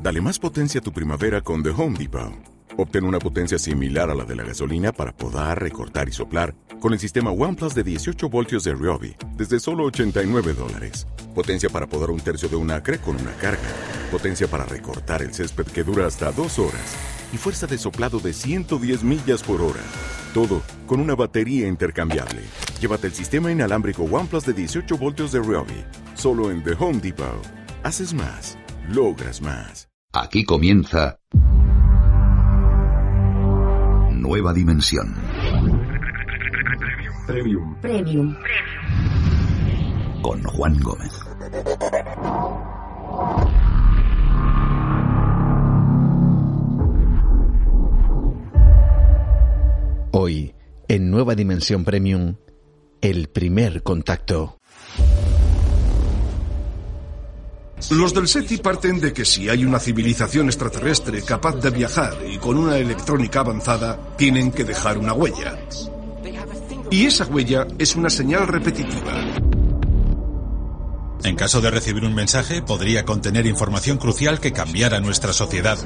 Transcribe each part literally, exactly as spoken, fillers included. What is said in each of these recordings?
Dale más potencia a tu primavera con The Home Depot. Obtén una potencia similar a la de la gasolina para podar, recortar y soplar con el sistema OnePlus de dieciocho voltios de Ryobi desde solo ochenta y nueve dólares. Potencia para podar un tercio de un acre con una carga. Potencia para recortar el césped que dura hasta dos horas. Y fuerza de soplado de ciento diez millas por hora. Todo con una batería intercambiable. Llévate el sistema inalámbrico OnePlus de dieciocho voltios de Ryobi. Solo en The Home Depot. Haces más. Logras más. Aquí comienza Nueva Dimensión. Premium. Premium. Con Juan Gómez. Hoy, en Nueva Dimensión Premium, el primer contacto. Los del SETI parten de que si hay una civilización extraterrestre capaz de viajar y con una electrónica avanzada, tienen que dejar una huella. Y esa huella es una señal repetitiva. En caso de recibir un mensaje, podría contener información crucial que cambiara nuestra sociedad.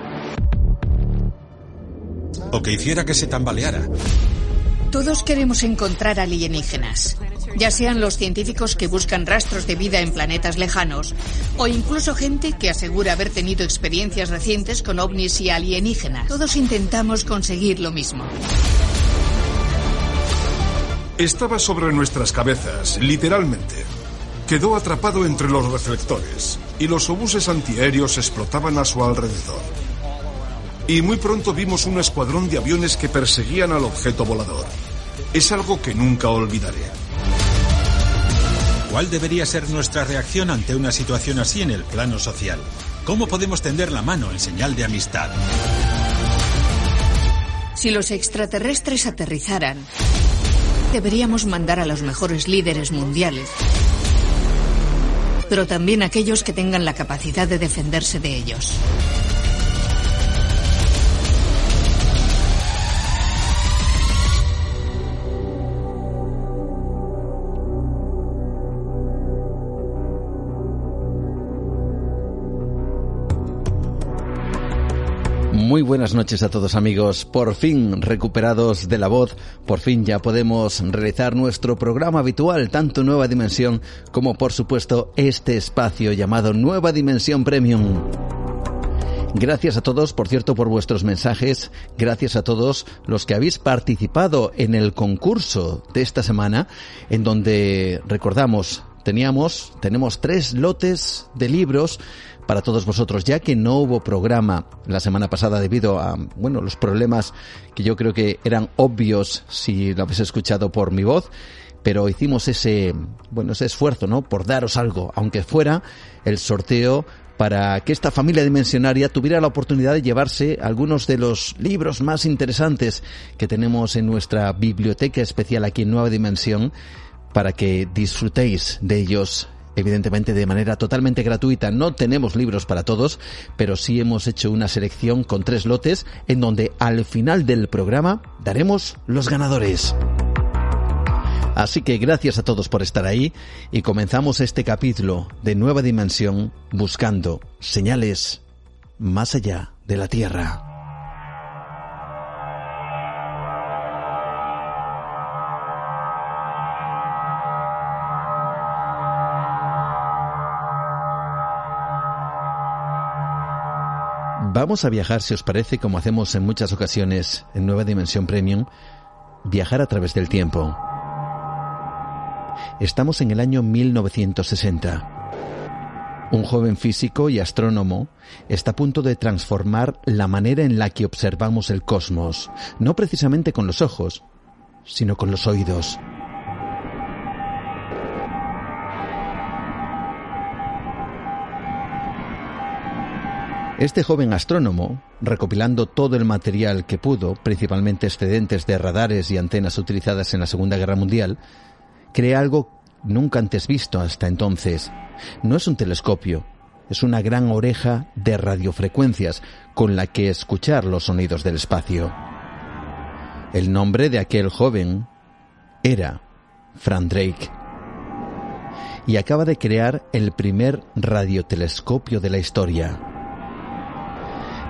O que hiciera que se tambaleara. Todos queremos encontrar alienígenas, ya sean los científicos que buscan rastros de vida en planetas lejanos, o incluso gente que asegura haber tenido experiencias recientes con ovnis y alienígenas. Todos intentamos conseguir lo mismo. Estaba sobre nuestras cabezas, literalmente. Quedó atrapado entre los reflectores, y los obuses antiaéreos explotaban a su alrededor. Y muy pronto vimos un escuadrón de aviones que perseguían al objeto volador. Es algo que nunca olvidaré. ¿Cuál debería ser nuestra reacción ante una situación así en el plano social? ¿Cómo podemos tender la mano en señal de amistad? Si los extraterrestres aterrizaran, deberíamos mandar a los mejores líderes mundiales, pero también a aquellos que tengan la capacidad de defenderse de ellos. Muy buenas noches a todos, amigos. Por fin recuperados de la voz, por fin ya podemos realizar nuestro programa habitual, tanto Nueva Dimensión como, por supuesto, este espacio llamado Nueva Dimensión Premium. Gracias a todos, por cierto, por vuestros mensajes. Gracias a todos los que habéis participado en el concurso de esta semana, en donde, recordamos, teníamos, tenemos tres lotes de libros para todos vosotros, ya que no hubo programa la semana pasada debido a, bueno, los problemas que yo creo que eran obvios si lo habéis escuchado por mi voz, pero hicimos ese, bueno, ese esfuerzo, ¿no?, por daros algo, aunque fuera el sorteo para que esta familia dimensionaria tuviera la oportunidad de llevarse algunos de los libros más interesantes que tenemos en nuestra biblioteca especial aquí en Nueva Dimensión, para que disfrutéis de ellos, evidentemente de manera totalmente gratuita. No tenemos libros para todos, pero sí hemos hecho una selección con tres lotes en donde al final del programa daremos los ganadores. Así que gracias a todos por estar ahí y comenzamos este capítulo de Nueva Dimensión buscando señales más allá de la Tierra. Vamos a viajar, si os parece, como hacemos en muchas ocasiones en Nueva Dimensión Premium, viajar a través del tiempo. Estamos en el año mil novecientos sesenta. Un joven físico y astrónomo está a punto de transformar la manera en la que observamos el cosmos, no precisamente con los ojos, sino con los oídos. Este joven astrónomo, recopilando todo el material que pudo, principalmente excedentes de radares y antenas utilizadas en la Segunda Guerra Mundial, crea algo nunca antes visto hasta entonces. No es un telescopio, es una gran oreja de radiofrecuencias con la que escuchar los sonidos del espacio. El nombre de aquel joven era Frank Drake. Y acaba de crear el primer radiotelescopio de la historia.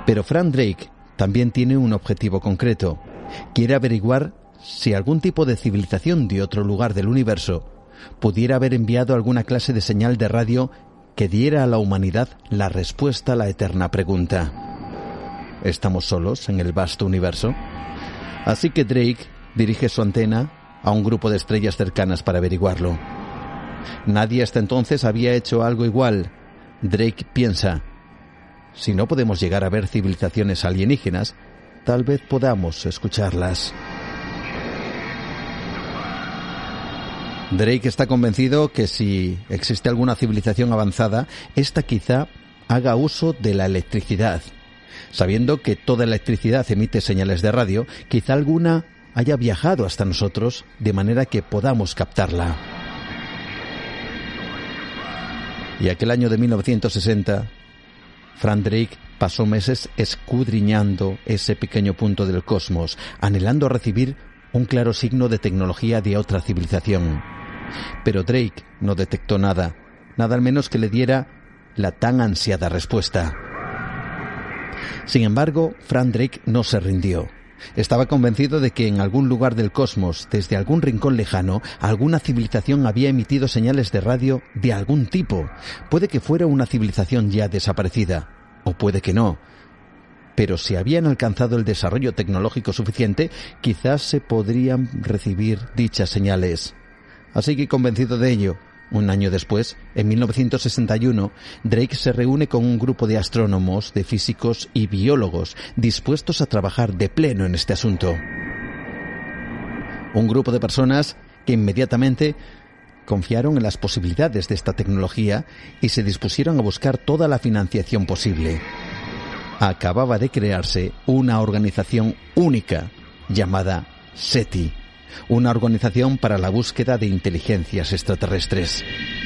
Pero Frank Drake también tiene un objetivo concreto. Quiere averiguar si algún tipo de civilización de otro lugar del universo pudiera haber enviado alguna clase de señal de radio que diera a la humanidad la respuesta a la eterna pregunta: ¿estamos solos en el vasto universo? Así que Drake dirige su antena a un grupo de estrellas cercanas para averiguarlo. Nadie hasta entonces había hecho algo igual. Drake piensa: si no podemos llegar a ver civilizaciones alienígenas, tal vez podamos escucharlas. Drake está convencido que si existe alguna civilización avanzada, esta quizá haga uso de la electricidad. Sabiendo que toda electricidad emite señales de radio, quizá alguna haya viajado hasta nosotros de manera que podamos captarla. Y aquel año de mil novecientos sesenta, Frank Drake pasó meses escudriñando ese pequeño punto del cosmos, anhelando recibir un claro signo de tecnología de otra civilización. Pero Drake no detectó nada, nada al menos que le diera la tan ansiada respuesta. Sin embargo, Frank Drake no se rindió. Estaba convencido de que en algún lugar del cosmos, desde algún rincón lejano, alguna civilización había emitido señales de radio de algún tipo. Puede que fuera una civilización ya desaparecida, o puede que no. Pero si habían alcanzado el desarrollo tecnológico suficiente, quizás se podrían recibir dichas señales. Así que, convencido de ello, un año después, en mil novecientos sesenta y uno, Drake se reúne con un grupo de astrónomos, de físicos y biólogos dispuestos a trabajar de pleno en este asunto. Un grupo de personas que inmediatamente confiaron en las posibilidades de esta tecnología y se dispusieron a buscar toda la financiación posible. Acababa de crearse una organización única llamada SETI, una organización para la búsqueda de inteligencias extraterrestres.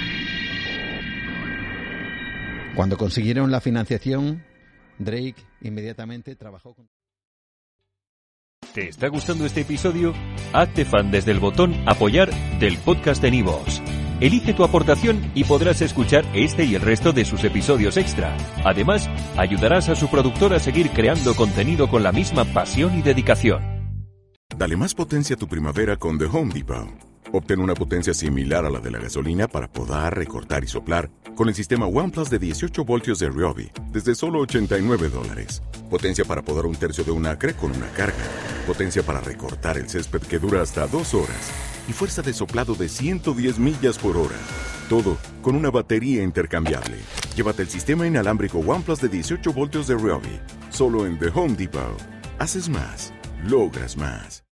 Cuando consiguieron la financiación, Drake inmediatamente trabajó con... ¿Te está gustando este episodio? Hazte fan desde el botón Apoyar del podcast de Nivos. Elige tu aportación y podrás escuchar este y el resto de sus episodios extra. Además, ayudarás a su productor a seguir creando contenido con la misma pasión y dedicación. Dale más potencia a tu primavera con The Home Depot. Obtén una potencia similar a la de la gasolina para podar, recortar y soplar con el sistema OnePlus de dieciocho voltios de Ryobi desde solo ochenta y nueve dólares. Potencia para podar un tercio de un acre con una carga. Potencia para recortar el césped que dura hasta dos horas. Y fuerza de soplado de ciento diez millas por hora. Todo con una batería intercambiable. Llévate el sistema inalámbrico OnePlus de dieciocho voltios de Ryobi. Solo en The Home Depot. Haces más. Logras más.